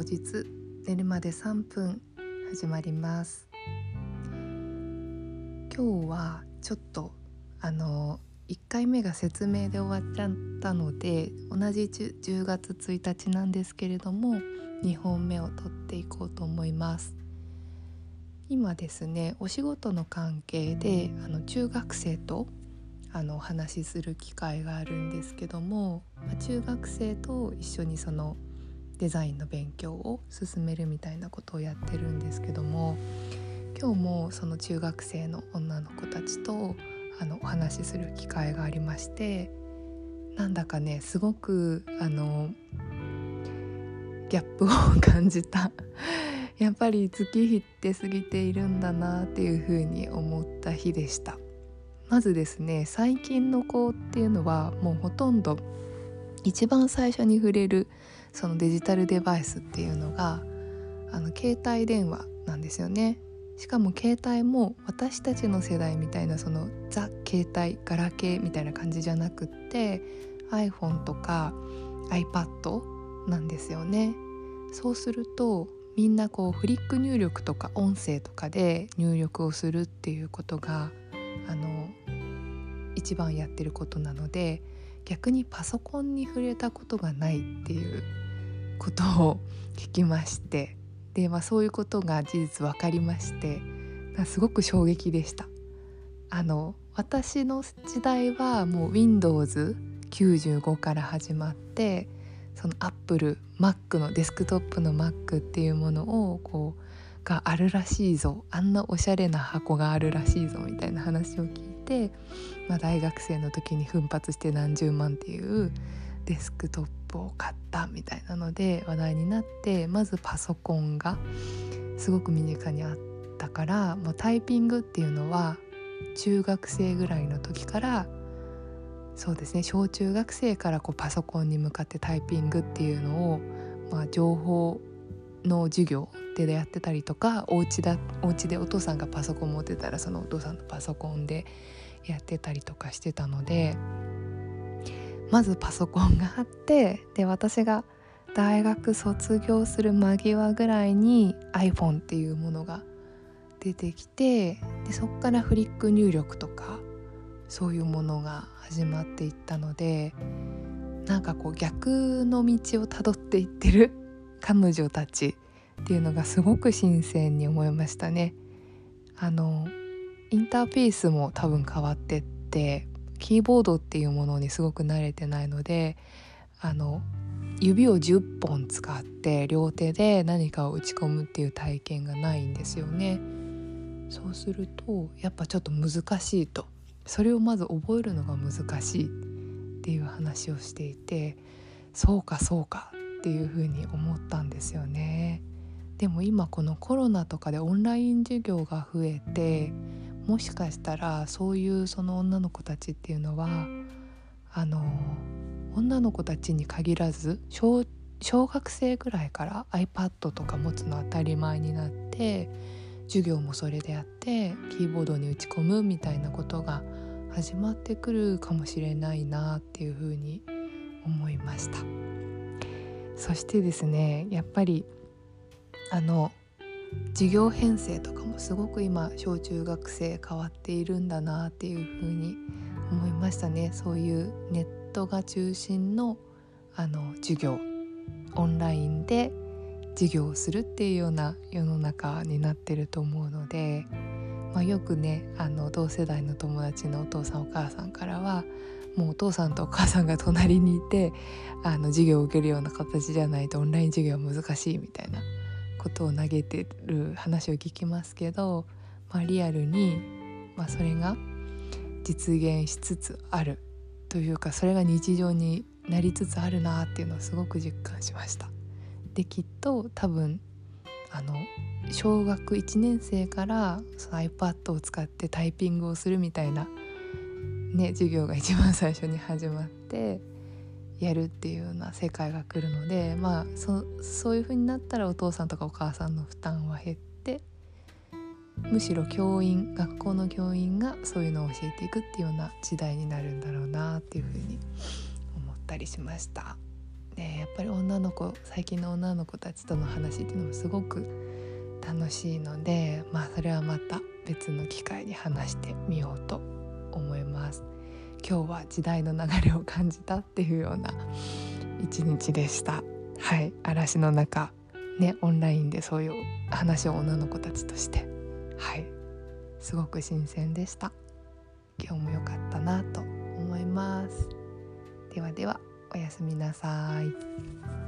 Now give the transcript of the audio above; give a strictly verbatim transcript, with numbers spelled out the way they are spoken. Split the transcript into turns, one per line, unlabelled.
日寝るまでさんぷん始まります。今日はちょっとあのいっかいめが説明で終わっちゃったので、同じじゅうがつついたちなんですけれどもにほんめを撮っていこうと思います。今ですね、お仕事の関係であの中学生とあのお話しする機会があるんですけども、中学生と一緒にそのデザインの勉強を進めるみたいなことをやってるんですけども、今日もその中学生の女の子たちとあのお話しする機会がありまして、なんだかねすごくあのギャップを感じたやっぱり月日って過ぎているんだなっていうふうに思った日でした。まずですね、最近の子っていうのはもうほとんど一番最初に触れるそのデジタルデバイスっていうのがあの携帯電話なんですよね。しかも携帯も私たちの世代みたいなそのザ携帯ガラケーみたいな感じじゃなくって iPhone とか iPad なんですよね。そうするとみんなこうフリック入力とか音声とかで入力をするっていうことがあの一番やってることなので、逆にパソコンに触れたことがないっていうことを聞きまして、で、まあ、そういうことが事実分かりまして、すごく衝撃でした。あの私の時代はもう ウィンドウズきゅうじゅうご から始まって、その Apple Mac のデスクトップの Mac っていうものをこうがあるらしいぞ、あんなおしゃれな箱があるらしいぞみたいな話を聞いて、まあ、大学生の時に奮発して何十万っていうデスクトップを買ったみたいなので話題になって、まずパソコンがすごく身近にあったから、もうタイピングっていうのは中学生ぐらいの時から、そうですね、小中学生からこうパソコンに向かってタイピングっていうのを、まあ、情報の授業でやってたりとか、お家だお家でお父さんがパソコン持ってたらそのお父さんのパソコンでやってたりとかしてたので、まずパソコンがあって、で私が大学卒業する間際ぐらいに iPhone っていうものが出てきて、でそこからフリック入力とかそういうものが始まっていったので、なんかこう逆の道をたどっていってる彼女たちっていうのがすごく新鮮に思いましたね。あのインターフェースも多分変わってって、キーボードっていうものにすごく慣れてないので、あの指をじゅっぽん使って両手で何かを打ち込むっていう体験がないんですよね。そうするとやっぱちょっと難しいと、それをまず覚えるのが難しいっていう話をしていて、そうかそうかっていうふうに思ったんですよね。でも今このコロナとかでオンライン授業が増えて、もしかしたらそういうその女の子たちっていうのはあの女の子たちに限らず 小, 小学生ぐらいから iPad とか持つの当たり前になって、授業もそれでやってキーボードに打ち込むみたいなことが始まってくるかもしれないなっていうふうに思いました。そしてですね、やっぱりあの授業編成とかもすごく今小中学生変わっているんだなっていうふうに思いましたね。そういうネットが中心のあの授業、オンラインで授業をするっていうような世の中になってると思うので、まあ、よくねあの同世代の友達のお父さんお母さんからは、もうお父さんとお母さんが隣にいてあの授業を受けるような形じゃないとオンライン授業は難しいみたいなことを嘆いてる話を聞きますけど、まあ、リアルに、まあ、それが実現しつつあるというか、それが日常になりつつあるなっていうのをすごく実感しました。できっと多分あの小学いちねん生からその iPad を使ってタイピングをするみたいな、ね、授業が一番最初に始まってやるっていうような世界が来るので、まあ そ, そういう風になったらお父さんとかお母さんの負担は減って、むしろ教員学校の教員がそういうのを教えていくっていうような時代になるんだろうなっていう風に思ったりしました。 ね、やっぱり女の子最近の女の子たちとの話っていうのもすごく楽しいので、まあそれはまた別の機会に話してみようと思います。今日は時代の流れを感じたっていうような一日でした。はい、嵐の中ね、オンラインでそういう話を女の子たちとして、はい、すごく新鮮でした。今日も良かったなと思います。ではでは、おやすみなさい。